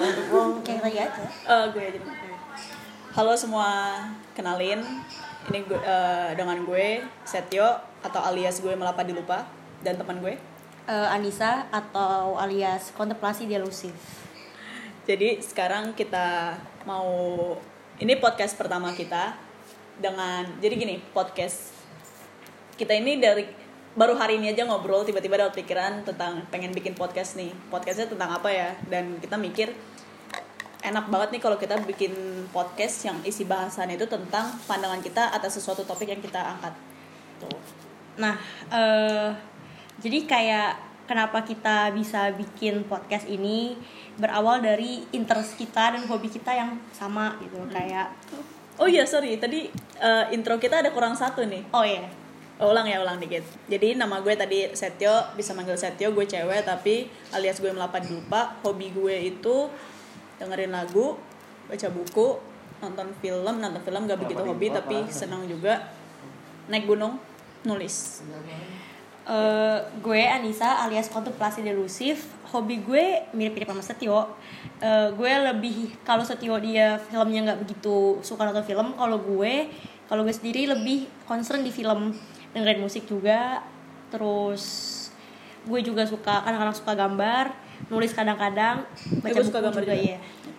Kayak tadi aja. Gue aja. Halo semua, kenalin. Ini gue, dengan gue Setio atau alias gue Melapa Dilupa, dan teman gue Anissa atau alias Kontemplasi Delusif. Jadi sekarang kita mau, ini podcast pertama kita dengan, jadi gini, podcast kita ini dari baru hari ini aja ngobrol, tiba-tiba ada pikiran tentang pengen bikin podcast nih. Podcastnya tentang apa ya? Dan kita mikir enak banget nih kalau kita bikin podcast yang isi bahasannya itu tentang pandangan kita atas sesuatu topik yang kita angkat. Tuh. Nah, jadi kayak kenapa kita bisa bikin podcast ini berawal dari interest kita dan hobi kita yang sama gitu. Kayak oh iya sorry, tadi intro kita ada kurang satu nih. oh iya. Ulang dikit. Jadi nama gue tadi Setio, bisa manggil Setio, gue cewek tapi alias gue Melapa Dilupa. Hobi gue itu dengerin lagu, baca buku, nonton film gak begitu hobi tapi senang juga. Naik gunung, nulis. Gue Anissa alias Kontemplasi Delusif. Hobi gue mirip-mirip sama Setio. Gue lebih, kalau Setio dia filmnya nggak begitu suka nonton film. Kalau gue sendiri lebih concern di film, dengerin musik juga. Terus gue juga suka, kadang-kadang suka gambar, nulis kadang-kadang, baca buku suka gambar juga ya.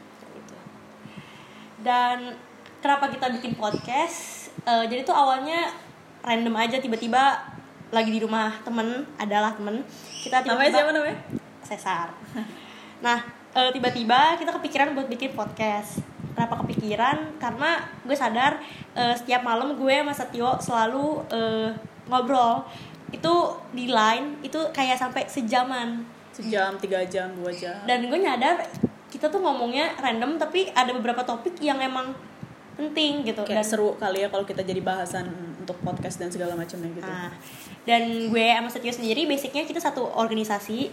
Dan kenapa kita bikin podcast? Jadi tuh awalnya random aja, tiba-tiba lagi di rumah temen kita. Namanya siapa namanya? Cesar. Nah, tiba-tiba kita kepikiran buat bikin podcast. Kenapa kepikiran? Karena gue sadar setiap malam gue sama Setio selalu ngobrol. Itu di line itu kayak sampai sejam, 3 jam, 2 jam. Dan gue nyadar kita tuh ngomongnya random tapi ada beberapa topik yang emang penting gitu. Kayak dan seru kali ya kalau kita jadi bahasan untuk podcast dan segala macamnya gitu. Nah, dan gue sama Setio sendiri basicnya kita satu organisasi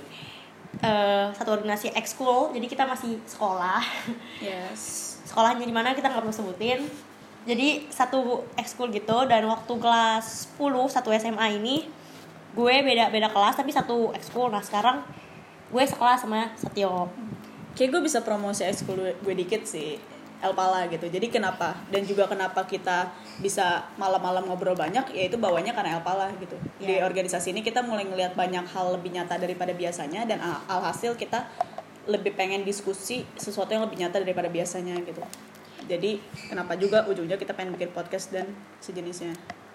ekskul, jadi kita masih sekolah. Yes. Sekolahnya di mana kita nggak perlu sebutin. Jadi satu ekskul gitu, dan waktu kelas 10 satu SMA ini gue beda kelas tapi satu ekskul. Nah sekarang gue sekelas sama Setio. Kayak gue bisa promosi ekskul gue dikit sih, Elpala gitu. Jadi kenapa kita bisa malam-malam ngobrol banyak, yaitu bawahnya karena Elpala gitu. Di organisasi ini kita mulai ngelihat banyak hal lebih nyata daripada biasanya, dan alhasil kita lebih pengen diskusi sesuatu yang lebih nyata daripada biasanya gitu. Jadi kenapa juga ujungnya kita pengen bikin podcast dan sejenisnya.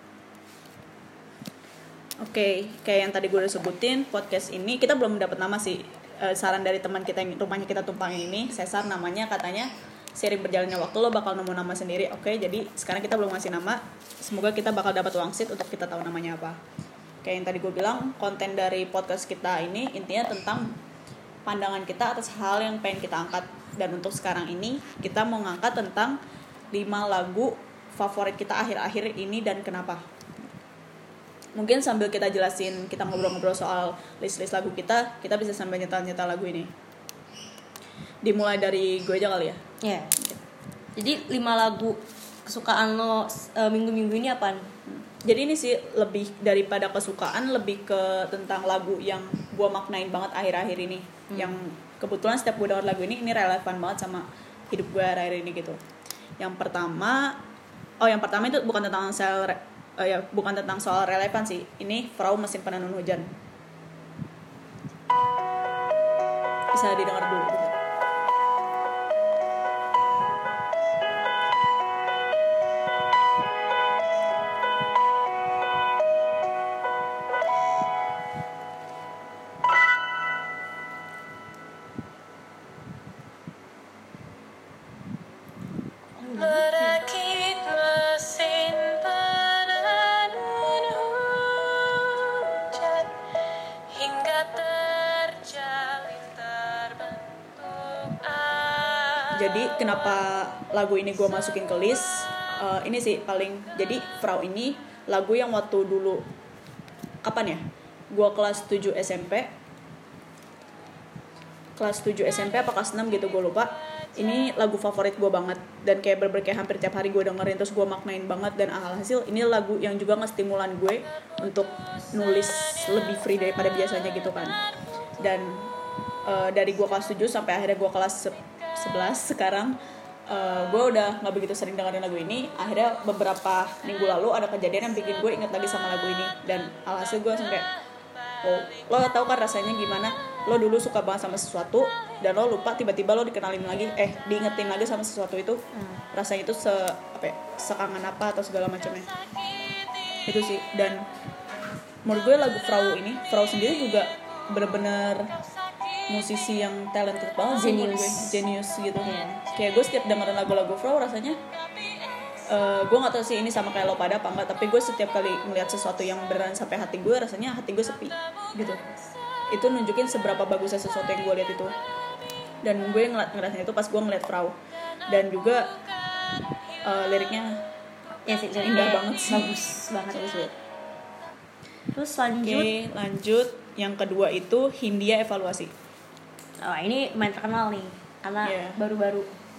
Oke, kayak yang tadi gue udah sebutin, podcast ini kita belum dapat nama sih. Saran dari teman kita yang rumahnya kita tumpangin ini, Cesar namanya, katanya seiring berjalannya waktu lo bakal nemu nama sendiri. Oke, jadi sekarang kita belum ngasih nama. Semoga kita bakal dapat wangsit untuk kita tahu namanya apa. Kayak yang tadi gue bilang, konten dari podcast kita ini intinya tentang pandangan kita atas hal yang pengen kita angkat. Dan untuk sekarang ini kita mau ngangkat tentang 5 lagu favorit kita akhir-akhir ini dan kenapa. Mungkin sambil kita jelasin, kita ngobrol-ngobrol soal list-list lagu kita bisa sambil nyetel-nyetel lagu ini. Dimulai dari gue aja kali ya. Iya. Jadi 5 lagu kesukaan lo minggu-minggu ini apaan? Jadi ini sih lebih daripada kesukaan, lebih ke tentang lagu yang gue maknain banget akhir-akhir ini. Yang kebetulan setiap gue denger lagu ini relevan banget sama hidup gue akhir-akhir ini gitu. Yang pertama itu bukan tentang soal relevan sih. Ini Frau Mesin Penenun Hujan. Bisa didengar dulu. Merakit mesin penenun hujan hingga terjalin terbentuk air. Jadi kenapa lagu ini gue masukin ke list? Ini sih paling, jadi Frau ini lagu yang waktu dulu, kapan ya? Gue kelas 7 SMP apa kelas 6 gitu, gue lupa. Ini lagu favorit gue banget, dan kayak kayak hampir tiap hari gue dengerin, terus gue maknain banget. Dan alhasil ini lagu yang juga ngestimulan gue untuk nulis lebih free daripada biasanya gitu kan. Dan dari gue kelas 7 sampai akhirnya gue kelas sekarang gue udah nggak begitu sering dengerin lagu ini. Akhirnya beberapa minggu lalu ada kejadian yang bikin gue inget lagi sama lagu ini, dan alhasil gue langsung kayak, oh, lo tau kan rasanya gimana lo dulu suka banget sama sesuatu dan lo lupa tiba-tiba lo diingetin lagi sama sesuatu itu. Rasanya itu sekangen apa atau segala macamnya itu sih. Dan menurut gue lagu Frau sendiri juga bener-bener musisi yang talented banget, genius gitu. Kayak gue setiap dengerin lagu-lagu Frau rasanya gue nggak tahu sih ini sama kayak lo pada apa enggak, tapi gue setiap kali ngeliat sesuatu yang beneran sampai hati gue, rasanya hati gue sepi gitu. Itu nunjukin seberapa bagusnya sesuatu yang gue lihat itu. Dan gue ngerasain itu pas gue ngeliat Frau. Dan juga liriknya ya sih, indah banget sih. Bagus banget sih. Terus lanjut yang kedua itu Hindia Evaluasi. Oh, ini main terkenal nih karena baru-baru.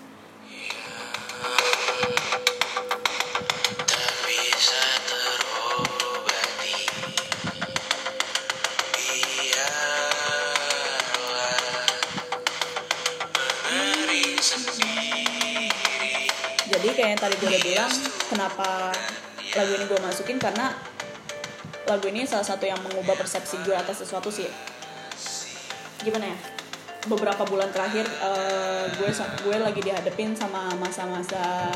Jadi kayak yang tadi gue udah bilang, kenapa lagu ini gue masukin, karena lagu ini salah satu yang mengubah persepsi gue atas sesuatu sih. Gimana ya? Beberapa bulan terakhir gue lagi dihadapin sama masa-masa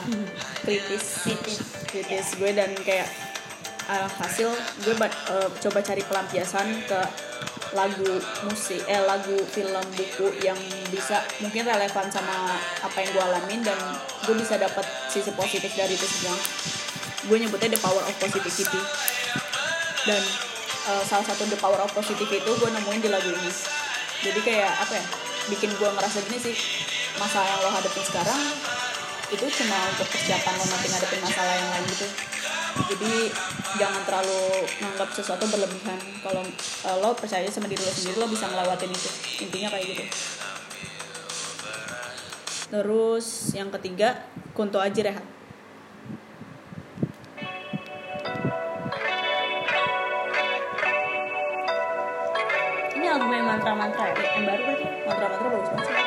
kritis gue, dan kayak hasil gue coba cari pelampiasan ke lagu film, buku yang bisa mungkin relevan sama apa yang gue alamin, dan gue bisa dapat sisi positif dari itu semua. Gue nyebutnya The Power of Positivity. Dan salah satu The Power of Positivity itu gue nemuin di lagu ini. Jadi kayak apa ya, bikin gue ngerasa gini sih, masalah yang lo hadapin sekarang itu cuma untuk persiapan lo nanti ngadepin masalah yang lain gitu. Jadi jangan terlalu menganggap sesuatu berlebihan. Kalau lo percaya sama diri lo sendiri, lo bisa ngelewatin itu. Intinya kayak gitu. Terus yang ketiga, Kunto Aji Rehat. Ini album yang mantra-mantra ya, yang baru berarti. Mantra-mantra bagus banget sih.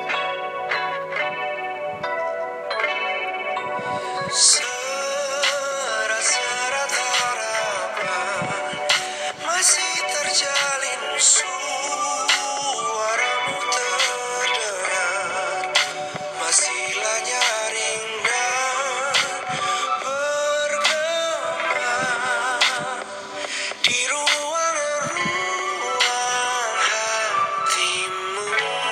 Serat-serat harapan masih terjalin, suaramu terdengar, masihlah nyaring dan bergema di ruang-ruang hatimu.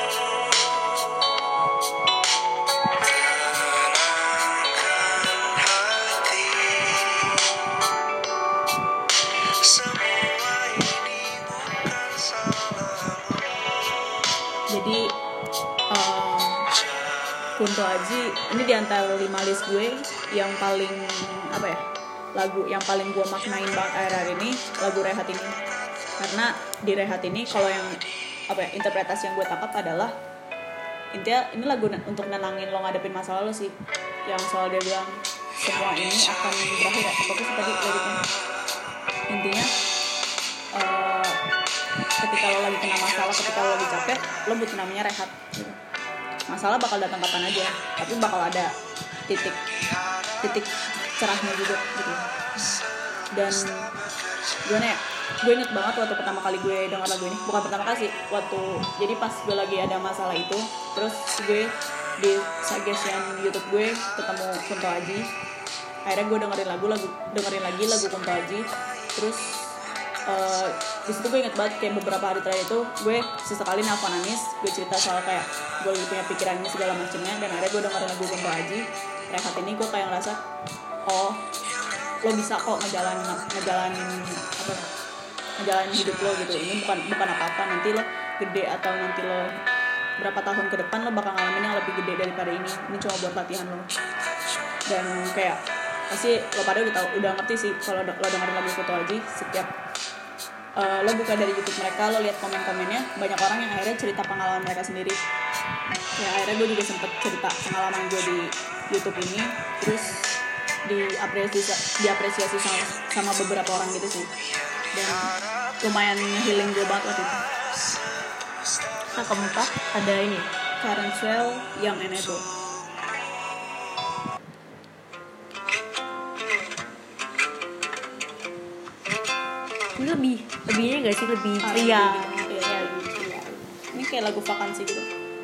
Jadi Kunto Aji ini di antara 5 list gue yang paling lagu yang paling gue maknain banget akhir-akhir ini, lagu Rehat ini. Karena di Rehat ini kalau yang interpretasi yang gue tangkap adalah intinya ini lagu untuk nenangin lo ngadepin masalah lo sih. Yang soal dia bilang semua ini akan berakhir ya, fokus tadi liriknya. Intinya ketika lo lagi kena masalah, ketika lo lagi capek, lo butuh namanya rehat gitu. Masalah bakal datang kapan aja, tapi bakal ada titik cerahnya juga gitu. Dan gue inget banget waktu pertama kali gue dengar lagu ini, bukan pertama kali sih, jadi pas gue lagi ada masalah itu, terus gue di suggestion YouTube gue ketemu Kunto Aji. Akhirnya gue dengerin lagi lagu Kunto Aji. Terus di situ gue inget banget kayak beberapa hari terakhir itu gue sesekali nelfon Anis, gue cerita soal kayak gue lagi punya pikiran ini segala macamnya, dan akhirnya gue dengerin lagu Kunto Aji Rehat ini. Gue kayak ngerasa oh, lo bisa kok ngejalanin hidup lo gitu. Ini bukan apa-apa, nanti lo gede atau nanti lo berapa tahun ke depan lo bakal ngalamin yang lebih gede daripada ini cuma buat latihan lo. Dan kayak pasti lo pada udah ngerti sih kalau lo dengerin lagu Kunto Aji, setiap lo buka dari YouTube mereka, lo lihat komen-komennya, banyak orang yang akhirnya cerita pengalaman mereka sendiri. Ya akhirnya gue juga sempet cerita pengalaman gue di YouTube ini, terus diapresiasi sama beberapa orang gitu sih, dan lumayan healing gue banget waktu itu. Nah, keempat ada ini Karen Swell yang Enable. Ini lebihnya gak sih, lebih Ah, ceria. lebih gitu. Iya, lebih ceria. Ini kayak lagu vakansi gitu.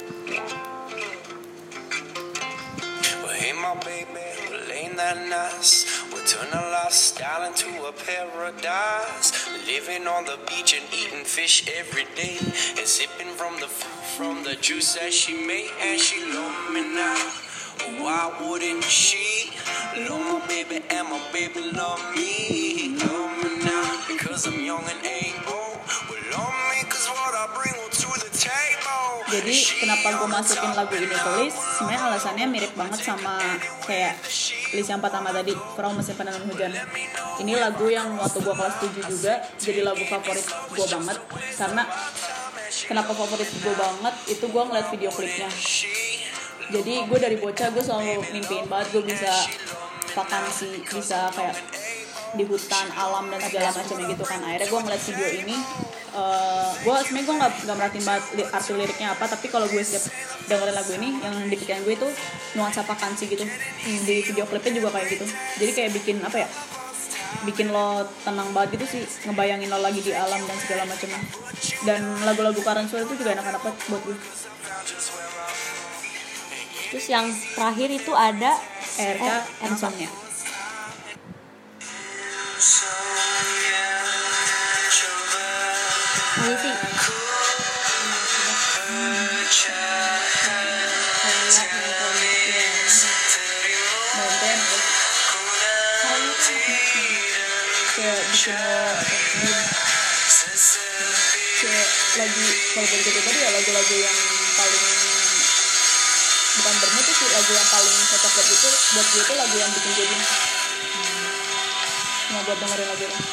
Well, hey, my baby, well, ain't that nice? We'll turn our lifestyle into a paradise. Living on the beach and eating fish every day. And sipping from the juice that she made. And she love me now. Why wouldn't she? Love my baby and my baby love me. Love me now because I'm young and able. Well, love me cause what I bring will to the table. Jadi kenapa gue masukin lagu ini ke list? Sebenarnya alasannya mirip banget sama kayak list yang pertama tadi, From Mesin Penanam Hujan. Ini lagu yang waktu gue kelas 7 juga jadi lagu favorit gue banget. Karena kenapa favorit gue banget? Itu gue ngeliat video klipnya. Jadi gue dari bocah gue selalu mimpiin banget gue bisa vakansi, bisa kayak di hutan alam dan segala macamnya gitu kan. Akhirnya gue ngeliat video ini, gue sebenarnya gue nggak merhatiin banget arti liriknya apa, tapi kalau gue setiap dengerin lagu ini yang di pikiran gue itu nuansa vakansi gitu. Di video klipnya juga kayak gitu, jadi kayak bikin apa ya, bikin lo tenang banget gitu sih, ngebayangin lo lagi di alam dan segala macamnya. Dan lagu-lagu Karen Swell itu juga enak-enak banget buat gue. Terus yang terakhir itu ada RK Insomnia. ini sih Mountain kayak bikin lo kayak lagi, kalau boleh gitu tadi ya, lagu-lagu yang paling bukan bermutu sih, lagu yang paling cocok buat gue itu lagu yang bikin gue gini cuma buat dengerin lagu itu.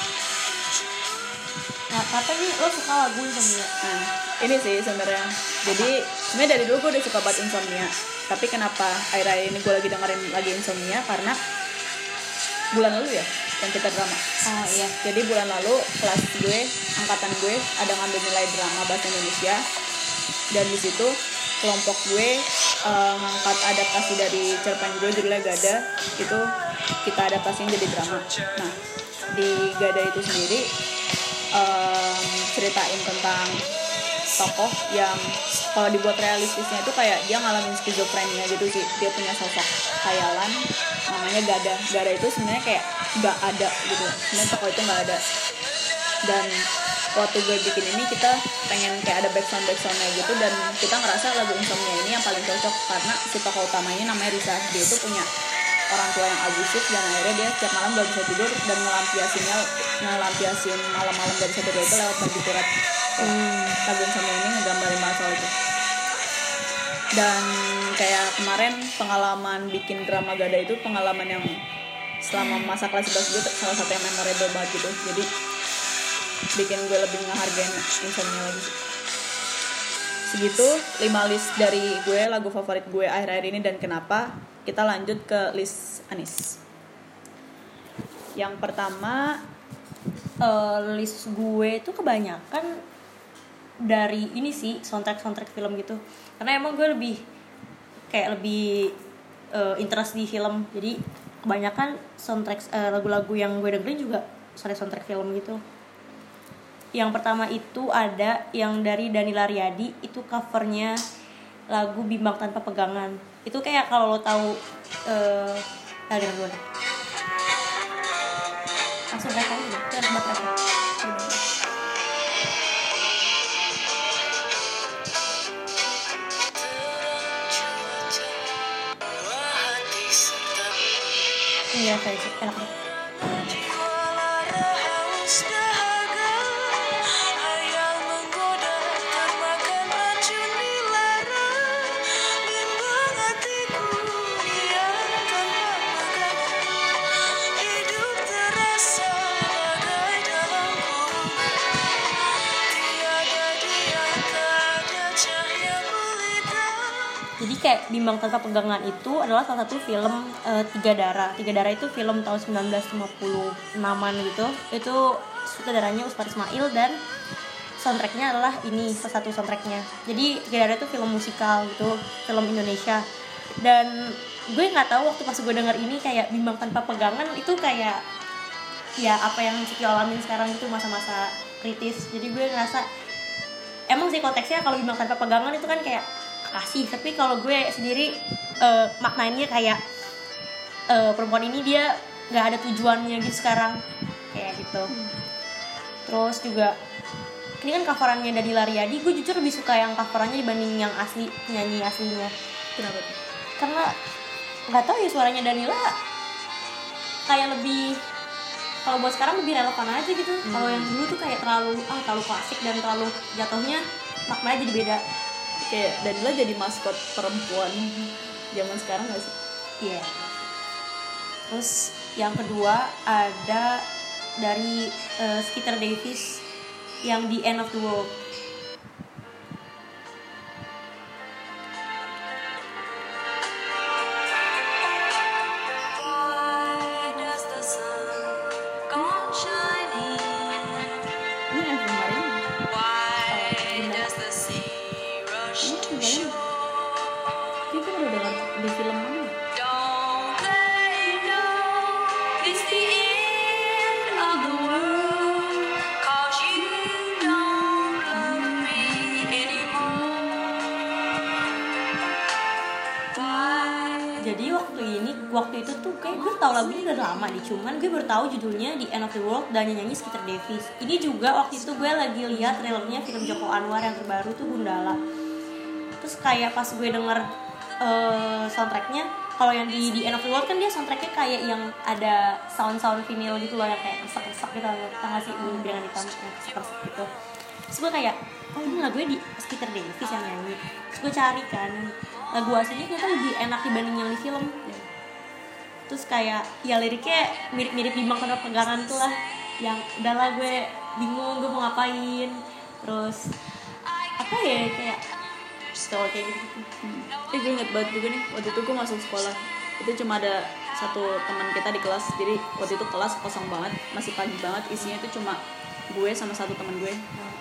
nah kata nih lo suka lagu Insomnia. Nah, ini sih sebenarnya. Jadi sebenarnya dari dulu gue udah suka banget Insomnia. Tapi kenapa akhir-akhir ini gue lagi dengerin lagi Insomnia? Karena bulan lalu ya yang kita drama. Oh iya. Jadi bulan lalu kelas gue, angkatan gue ada ngambil nilai drama bahasa Indonesia. Dan di situ kelompok gue ngangkat adaptasi dari cerpen gue judulnya Gada. Itu kita adaptasiin jadi drama. Nah, di Gada itu sendiri ceritain tentang tokoh yang kalau dibuat realistisnya itu kayak dia ngalamin skizofrenia gitu sih. Dia punya sosok khayalan namanya Gada. Gada itu sebenarnya kayak nggak ada gitu. Sebenarnya tokoh itu nggak ada. Dan waktu gue bikin ini kita pengen kayak ada backsoundnya gitu, dan kita ngerasa lagu Insomnia ini yang paling cocok karena si tokoh utamanya namanya Risa. Dia itu punya orang tua yang abusif dan akhirnya dia setiap malam gak bisa tidur dan ngelampiasin malam-malam gak bisa tidur itu lewat partiturat. Lagu Insomnia ini ngegambarin banget soal itu. Dan kayak kemarin pengalaman bikin drama Gada itu pengalaman yang selama masa kelas 11 gue salah satu yang memorable banget gitu. Jadi bikin gue lebih ngehargain Insomnia lagi sih. Segitu 5 list dari gue, lagu favorit gue akhir-akhir ini dan kenapa. Kita lanjut ke list Anis. Yang pertama List gue itu kebanyakan dari ini sih, soundtrack film gitu. Karena emang gue lebih interest di film. Jadi kebanyakan soundtrack lagu-lagu yang gue dengerin juga soundtrack film gitu. Yang pertama itu ada yang dari Danila Riyadi, itu covernya lagu Bimbang Tanpa Pegangan. Itu kayak kalau lo tahu dengar dulu. Langsung rek aja, itu enak banget rek. Iya, kayak enak banget. Jadi kayak Bimbang Tanpa Pegangan itu adalah salah satu film Tiga Darah. Tiga Darah itu film tahun 1956an gitu. Itu sutradaranya Ustaz Ismail dan soundtracknya adalah ini salah satu soundtracknya. Jadi Get Out itu film musikal gitu, film Indonesia. Dan gue nggak tahu waktu pas gue denger ini kayak Bimbang Tanpa Pegangan itu kayak ya apa yang Ciki alamin sekarang itu masa-masa kritis. Jadi gue ngerasa emang sih konteksnya kalau Bimbang Tanpa Pegangan itu kan kayak kasih, tapi kalau gue sendiri maknanya kayak perempuan ini dia nggak ada tujuannya gitu sekarang kayak gitu. Terus juga ini kan coverannya Dadi Riyadi, gue jujur lebih suka yang coverannya dibanding yang asli, penyanyi aslinya. Kenapa tuh? Karena nggak tahu ya, suaranya Danila kayak lebih, kalau buat sekarang lebih relevan aja gitu. Kalau yang dulu tuh kayak terlalu klasik dan terlalu jatuhnya maknanya jadi beda. Kayak Danila jadi maskot perempuan zaman sekarang nggak sih? Iya. Yeah. Terus yang kedua ada dari Skeeter Davis yang The End of the World. Why does the sun go on shining? Ini Eva Maria. Why does the sea rush to shore? Kita kan udah dengar di film mana? Don't they know it's the end of the world? 'Cause you don't love me anymore. Why? Jadi waktu itu tuh kayak gue tau lagunya udah lama nih, cuman gue baru tahu judulnya The End of the World dan nyanyi Skeeter Davis. Ini juga waktu itu gue lagi lihat trailernya film Joko Anwar yang terbaru tuh Gundala. Terus kayak pas gue denger soundtracknya, kalau yang di The End of the World kan dia soundtracknya kayak yang ada sound vinyl gitu loh, yang kayak resek-resek gitu, tau gak sih dengan hitam yang resek-resek gitu. Terus gue kayak, oh ini lagunya di Skeeter Davis yang nyanyi. Terus gue cari kan, lagu aslinya ternyata lebih enak dibanding yang di film. Terus kayak ya liriknya mirip-mirip Bimbang Tanpa Pegangan tuh lah, yang udahlah gue bingung gue mau ngapain. Terus apa ya, kayak kayak gitu. Gue inget banget juga nih, waktu itu gue masuk sekolah itu cuma ada satu teman kita di kelas. Jadi waktu itu kelas kosong banget, masih pagi banget, isinya itu cuma gue sama satu teman gue.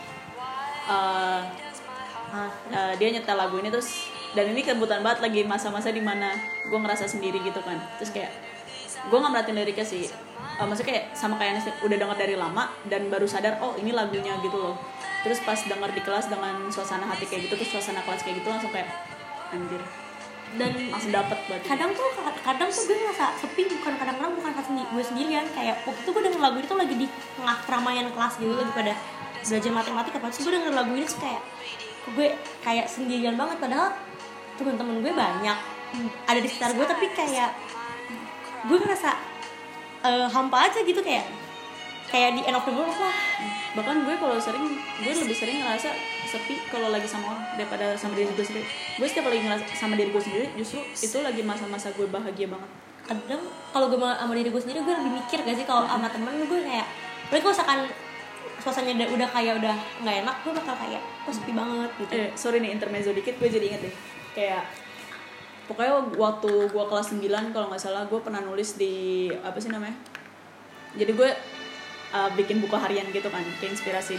Dia nyetel lagu ini terus, dan ini kebetulan banget lagi masa-masa dimana gue ngerasa sendiri gitu kan. Terus kayak gue nggak merhatiin liriknya sih, maksudnya kayak sama kayak udah denger dari lama dan baru sadar oh ini lagunya gitu loh. Terus pas denger di kelas dengan suasana hati kayak gitu, terus suasana kelas kayak gitu, langsung kayak anjir, dan langsung dapet banget. Kadang tuh gue ngerasa sepi, bukan pas gue sendirian. Kayak waktu itu gue denger lagu itu lagi di tengah keramaian kelas gitu, lagi pada belajar matematika, pas gue denger lagu ini tuh kayak gue kayak sendirian banget, padahal teman-teman gue banyak ada di sekitar gue, tapi kayak gue ngerasa hampa aja gitu, kayak di End of the World lah. Bahkan gue lebih sering ngerasa sepi kalau lagi sama orang daripada sama diri gue sendiri. Gue setiap lagi ngerasa sama diri gue sendiri, justru itu lagi masa-masa gue bahagia banget. Kadang kalau gue sama diri gue sendiri, gue lebih mikir gak sih kalau sama temen gue kayak, apalagi kalau misalkan suasananya udah kayak udah nggak enak, gue bakal kayak kok sepi banget gitu. Sorry nih, intermezzo dikit, gue jadi inget deh. Kayak pokoknya waktu gue kelas 9 kalau nggak salah, gue pernah nulis di apa sih namanya, jadi gue bikin buku harian gitu kan, keinspirasi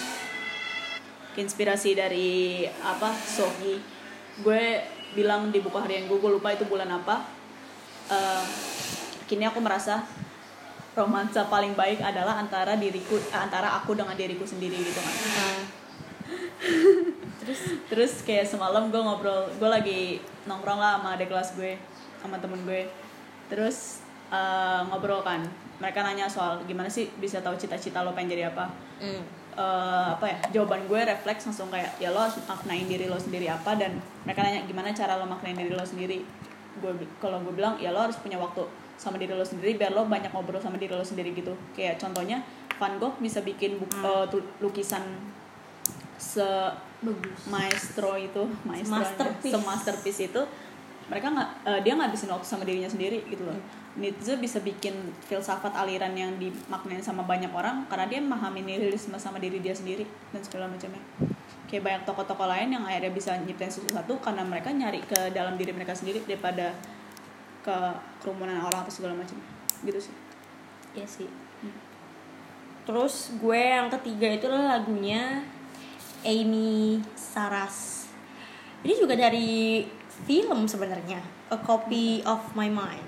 dari apa Sogi. Gue bilang di buku harian gue lupa itu bulan apa, kini aku merasa romansa paling baik adalah antara aku dengan diriku sendiri gitu kan. Terus kayak semalam gue ngobrol, gue lagi nongkrong lah sama adik kelas gue, sama temen gue. Terus ngobrol kan, mereka nanya soal gimana sih bisa tahu cita-cita lo pengen jadi apa. Jawaban gue refleks langsung kayak ya lo harus maknain diri lo sendiri apa, dan mereka nanya gimana cara lo maknain diri lo sendiri. Kalau gue bilang ya lo harus punya waktu sama diri lo sendiri biar lo banyak ngobrol sama diri lo sendiri gitu. Kayak contohnya Van Gogh bisa bikin lukisan masterpiece itu, mereka dia ngabisin waktu sama dirinya sendiri gitu loh. Nietzsche bisa bikin filsafat aliran yang dimaknain sama banyak orang karena dia memahami nihilisme sama diri dia sendiri dan segala macamnya. Kayak banyak tokoh-tokoh lain yang akhirnya bisa nyiptain sesuatu karena mereka nyari ke dalam diri mereka sendiri daripada ke kerumunan orang atau segala macam gitu sih. Iya sih. Terus gue yang ketiga itu lagunya Amy Saras. Ini juga dari film sebenarnya, A Copy of My Mind.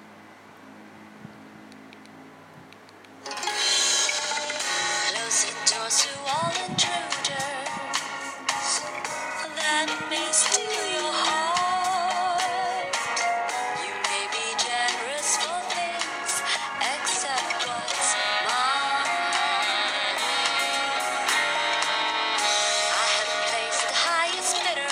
Close the doors to all intruders that may steal your heart. You may be generous for things, except what's mine. I have placed the highest bidder.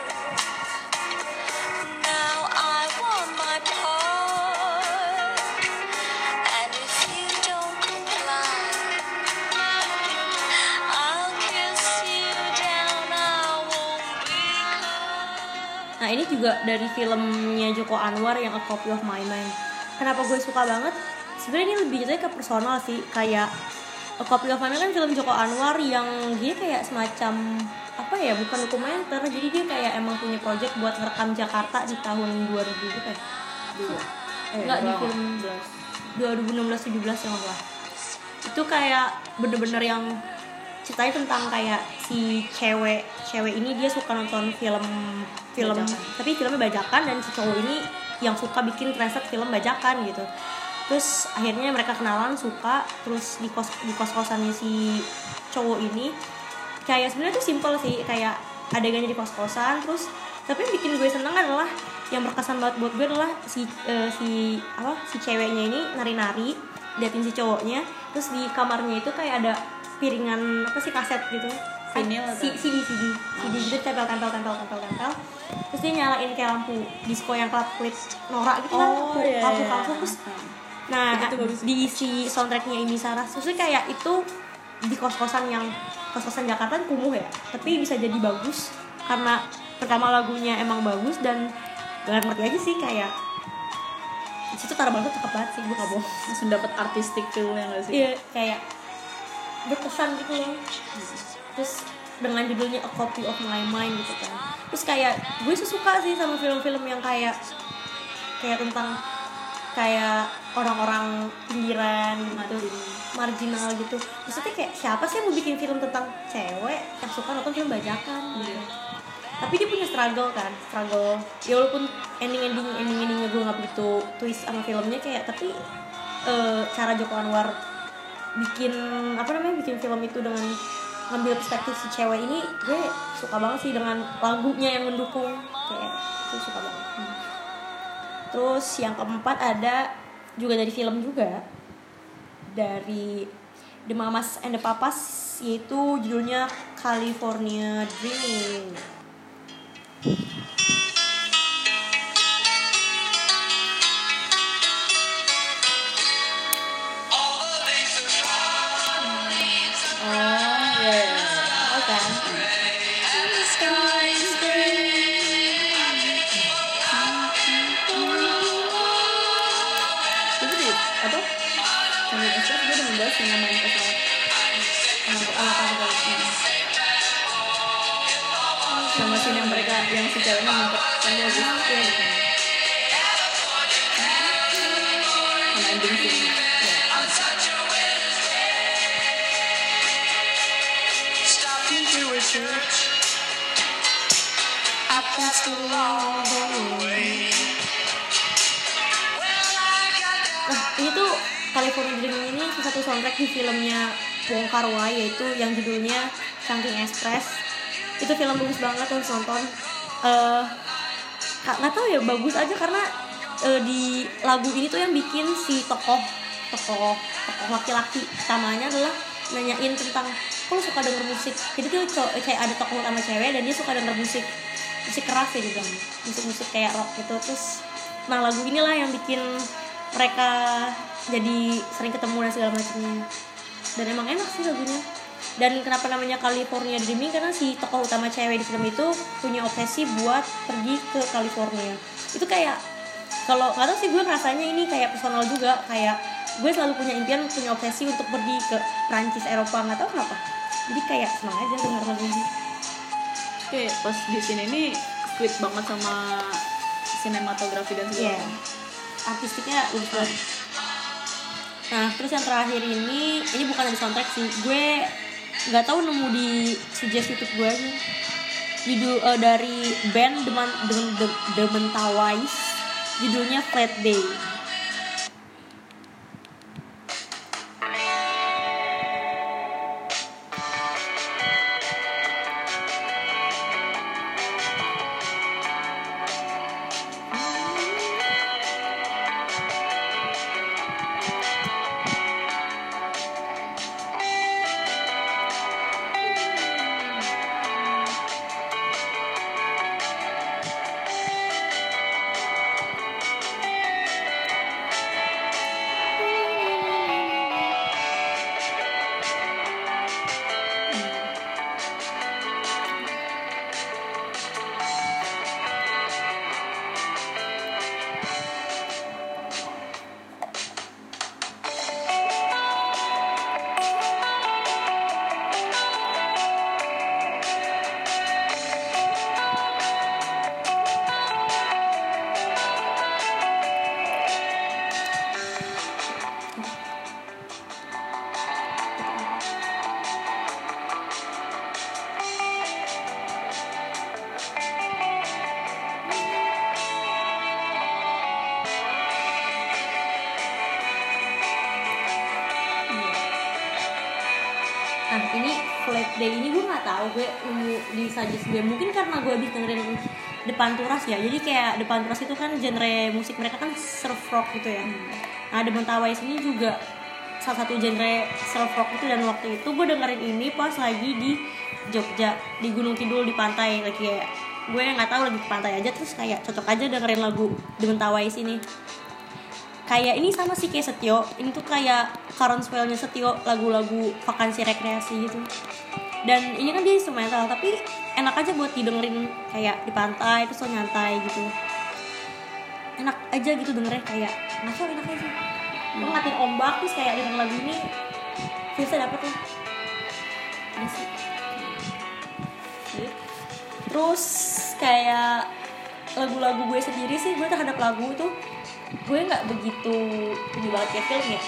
Now I want my part. And if you don't comply, I'll kiss you down, I won't be kind. Nah ini juga dari filmnya Joko Anwar yang A Copy of My Mind. Kenapa gue suka banget? Sebenarnya ini lebih jatuhnya ke personal sih. Kayak A Copy of My Mind kan film Joko Anwar yang dia kayak semacam apa ya, bukan dokumenter. Jadi dia kayak emang punya project buat ngerekam Jakarta di tahun 2000 gitu ya. Enggak, di film 2016-17 ya masalah. Itu kayak bener-bener yang ceritanya tentang kayak si cewek ini dia suka nonton film Bajakan. tapi filmnya bajakan, dan si cowok ini yang suka bikin translate film bajakan gitu. Terus akhirnya mereka kenalan, suka, terus di kos-kosannya si cowok ini kayak sebenarnya tuh simple sih, kayak adegannya di kos-kosan. Terus tapi yang bikin gue seneng adalah, yang berkesan banget buat gue adalah si ceweknya ini nari-nari liatin si cowoknya. Terus di kamarnya itu kayak ada piringan apa sih, kaset gitu, Vinyl atau? CD gitu, tempel. Terus dia nyalain kayak lampu disco yang klip norak gitu kan, lampu kampus. Terus nah Itu bagus sih. diisi soundtracknya Amy Saras. Terus kayak itu di kos-kosan Jakarta kan kumuh ya, tapi bisa jadi bagus karena pertama lagunya emang bagus, dan gak ngerti aja sih kayak di situ Tara Basro cakep banget sih, gue gak bohong. Langsung dapat artistic feel-nya nggak sih? Iya, kayak berkesan gitu loh. Terus dengan judulnya A Copy of My Mind gitu kan. Terus kayak gue suka sih sama film-film yang kayak tentang kayak orang-orang pinggiran gitu, marginal gitu. Maksudnya kayak siapa sih yang mau bikin film tentang cewek yang suka nonton film bajakan gitu. Tapi dia punya struggle. Ya walaupun endingnya gue nggak begitu twist sama filmnya kayak, tapi cara Joko Anwar bikin film itu dengan ngambil perspektif si cewek ini, gue suka banget sih, dengan lagunya yang mendukung, kayak itu suka banget. Terus yang keempat ada juga dari film juga, dari The Mamas and the Papas, yaitu judulnya California Dreaming. Sama scene yang mereka yang si ceweknya ngumpet kan dia bagus ya, sama ending scene Nah ini tuh California Dreaming ini satu soundtrack di filmnya Wong Kar-wai, yaitu yang judulnya Chungking Express. Itu film bagus banget, harus nonton. Nggak tahu ya, bagus aja karena di lagu ini tuh yang bikin si tokoh laki-laki utamanya adalah nanyain tentang kok lu suka denger musik. Jadi tuh kayak ada tokoh utama cewek dan dia suka denger musik keras ya juga, musik kayak rock gitu. Terus nah lagu inilah yang bikin mereka jadi sering ketemu dan segala macamnya, dan emang enak sih lagunya. Dan kenapa namanya California Dreaming, karena si tokoh utama cewek di film itu punya obsesi buat pergi ke California. Itu kayak, kalau nggak tahu sih, gue rasanya ini kayak personal juga, kayak gue selalu punya impian, punya obsesi untuk pergi ke Prancis, Eropa, nggak tahu kenapa. Jadi kayak senang aja denger lagu ini. Oke, pas di sini ini fit banget sama sinematografi dan segala macam. Artistiknya bagus banget. Nah terus yang terakhir ini bukan dari soundtrack sih, gue nggak tahu nemu di suggest YouTube gue aja. Judul dari band The Mentawais, judulnya Flat Day. Nah ini Flat Day ini gue nggak tahu, gue di suggest gue mungkin karena gue habis dengerin Depan Turas ya. Jadi kayak Depan Turas itu kan genre musik mereka kan surf rock gitu ya. Nah The Mentawais ini juga salah satu genre surf rock itu, dan waktu itu gue dengerin ini pas lagi di Jogja di Gunung Kidul di pantai, lagi kayak gue nggak tahu lagi ke pantai aja, terus kayak cocok aja dengerin lagu The Mentawais ini. Kayak ini sama sih kayak Setio, ini tuh kayak current spell-nya Setio, lagu-lagu vakansi rekreasi gitu. Dan ini kan dia instrumental tapi enak aja buat didengerin kayak di pantai terus nyantai gitu. Enak aja gitu dengernya, kayak nggak tahu, enak aja. Lo ngatin ombak terus kayak denger lagu ini bisa dapet lah. Ada sih. Terus kayak lagu-lagu gue sendiri sih, gue terhadap lagu itu gue nggak begitu ini banget kayak film ya.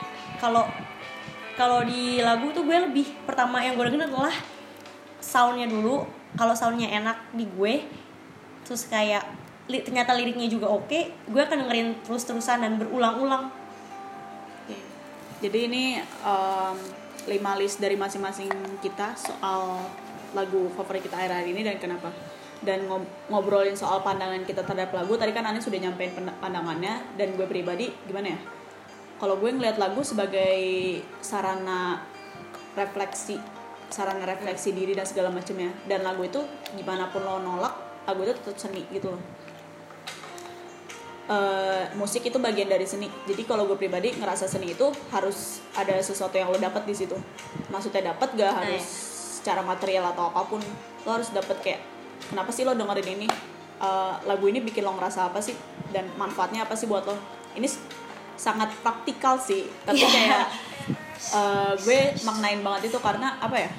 Kalau di lagu tuh gue lebih, pertama yang gue dengerin adalah soundnya dulu. Kalau soundnya enak di gue, terus kayak ternyata liriknya juga oke, gue akan dengerin terus-terusan dan berulang-ulang. Jadi ini 5 list dari masing-masing kita soal lagu favorit kita akhir-akhir ini dan kenapa. Dan ngobrolin soal pandangan kita terhadap lagu. Tadi kan Ani sudah nyampein pandangannya, dan gue pribadi gimana ya, kalau gue ngeliat lagu sebagai sarana refleksi diri dan segala macamnya. Dan lagu itu gimana pun lo nolak, lagu itu tetap seni gitu loh. Musik itu bagian dari seni. Jadi kalau gue pribadi ngerasa seni itu harus ada sesuatu yang lo dapat di situ. Maksudnya dapat gak harus secara material atau apapun. Lo harus dapat kayak kenapa sih lo dengerin ini, lagu ini bikin lo ngerasa apa sih, dan manfaatnya apa sih buat lo. Ini sangat praktikal sih, tapi kayak gue maknain banget itu karena apa ya,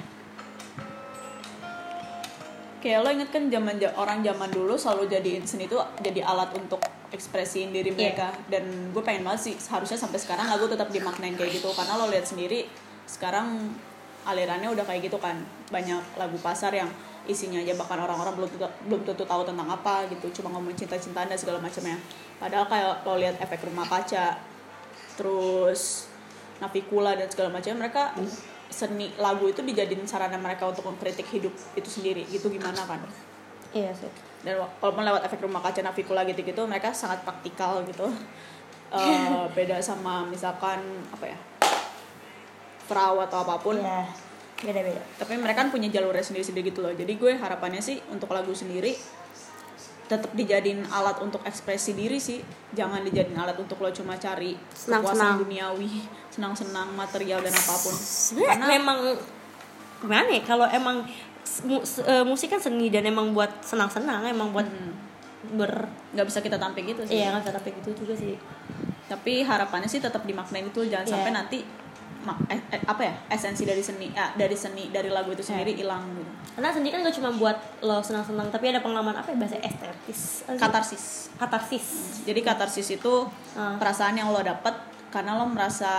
kayak lo inget kan orang zaman dulu selalu jadiin seni itu jadi alat untuk ekspresiin diri mereka. Dan gue pengen banget sih harusnya sampai sekarang lagu tetap dimaknain kayak gitu, karena lo lihat sendiri sekarang alirannya udah kayak gitu kan. Banyak lagu pasar yang isinya aja bahkan orang-orang belum tentu tahu tentang apa gitu, cuma ngomong cinta-cintaan dan segala macamnya. Padahal kayak lo lihat Efek Rumah Kaca, terus Navikula dan segala macam, mereka seni lagu itu dijadiin sarana mereka untuk mengkritik hidup itu sendiri gitu, gimana kan. Iya sih. Dan walaupun lewat Efek Rumah Kaca, Navikula gitu-gitu, mereka sangat praktikal gitu. Beda sama misalkan apa ya, Frau atau apapun. Iya. Beda-beda. Tapi mereka kan punya jalurnya sendiri-sendiri gitu loh. Jadi gue harapannya sih untuk lagu sendiri tetap dijadiin alat untuk ekspresi diri sih. Jangan dijadiin alat untuk lo cuma cari kepuasan duniawi, senang-senang material dan apapun. Karena memang gimana ya, kalau emang musik kan seni dan emang buat senang-senang, emang buat nggak bisa kita tampik gitu sih. Iya, nggak bisa tampik gitu juga sih. Tapi harapannya sih tetap dimaknain itu, jangan sampai nanti apa ya, esensi dari seni dari lagu itu sendiri hilang gitu. Karena seni kan gak cuma buat lo senang-senang, tapi ada pengalaman apa ya, bahasa estetis, katarsis. Jadi katarsis itu perasaan yang lo dapat karena lo merasa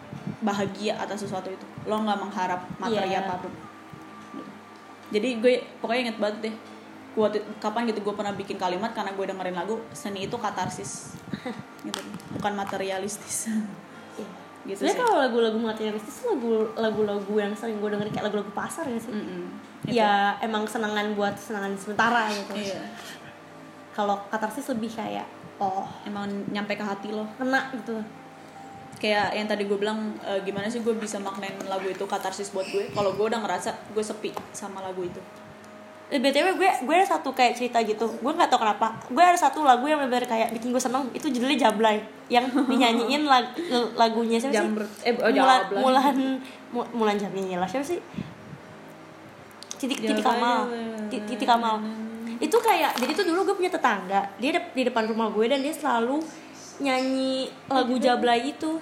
bahagia atas sesuatu itu. Lo nggak mengharap materi Iya. apapun gitu. Jadi gue pokoknya inget banget deh, kapan gitu gue pernah bikin kalimat karena gue dengerin lagu, seni itu katarsis gitu, bukan materialistis. Iya. Gitu Sebenarnya sih. kalau lagu-lagu materialistis lagu-lagu yang sering gue dengerin kayak lagu-lagu pasar ya sih. Itu. Ya emang senangan buat senangan sementara gitu. Iya. Kalau katarsis lebih kayak Emang nyampe ke hati lo. kena gitu. Kayak yang tadi gue bilang, gimana sih gue bisa maknain lagu itu katarsis buat gue kalau gue udah ngerasa gue sepi sama lagu itu. BTW gue ada satu kayak cerita gitu. Gue nggak tahu kenapa. Gue ada satu lagu yang benar kayak bikin gue seneng. Itu judulnya Jablay. Yang dinyanyiin lagunya siapa sih? Mulan Jamila. Siapa sih? Titik Kamal. Titik Kamal. Itu kayak, jadi tuh dulu gue punya tetangga. Dia di depan rumah gue dan dia selalu nyanyi lagu Jablay itu.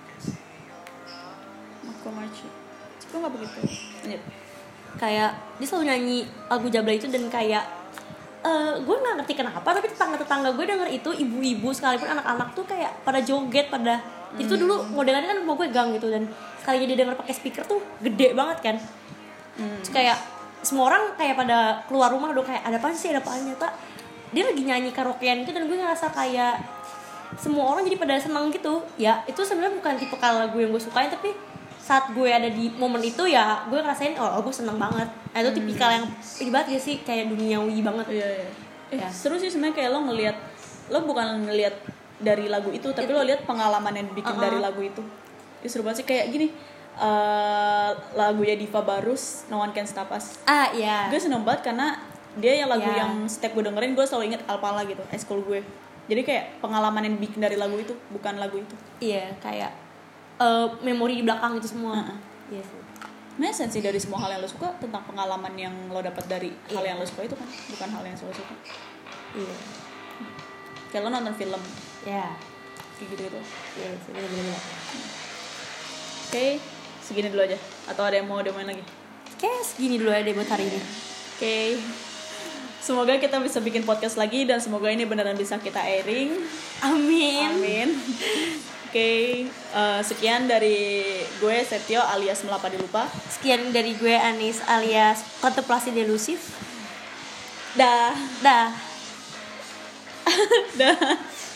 Aku marci. Gue nggak begitu. Lanjut. Kayak dia selalu nyanyi lagu Jablay itu dan kayak gue nggak ngerti kenapa tapi tetangga gue denger itu, ibu-ibu sekalipun anak-anak tuh kayak pada joget pada itu dulu modelannya kan rumah gue gang gitu, dan sekalinya dia denger pakai speaker tuh gede banget kan. Terus kayak semua orang kayak pada keluar rumah dong, kayak ada apaan sih, ada apaan, nyata dia lagi nyanyi karaokean itu, dan gue ngerasa kayak semua orang jadi pada senang gitu. Ya itu sebenarnya bukan tipe lagu yang gue sukain, tapi saat gue ada di momen itu ya gue ngerasain gue seneng banget. Nah, itu tipikal yang ibarat ya sih, kayak duniawi banget. Iya. Ya. Seru sih sebenarnya, kayak lo bukan ngelihat dari lagu itu, tapi lo lihat pengalaman yang dibikin dari lagu itu. Ya seru banget sih, kayak gini, lagunya Diva Barus, No One Can Stop Us. Iya. Gue seneng banget karena dia yang lagu yang setiap gue dengerin gue selalu inget Alpala gitu, eskul gue. Jadi kayak pengalaman yang dibikin dari lagu itu, bukan lagu itu. Iya, kayak memori di belakang itu semua. Iya sih. Nah, esensi dari semua hal yang lo suka tentang pengalaman yang lo dapat dari hal yang lo suka itu kan, bukan hal yang lo suka. Iya. Kayak lo nonton film, Ya. kayak gitu. Iya, sih bener-bener. Oke, segini dulu aja. Atau ada yang mau demoin lagi? Kayak segini dulu aja deh buat hari ini. Oke. Semoga kita bisa bikin podcast lagi dan semoga ini beneran bisa kita airing. Amin. Oke, sekian dari gue Setio alias Melapa Dilupa. Sekian dari gue Anis alias kontemplasi delusif. Dah. Dah.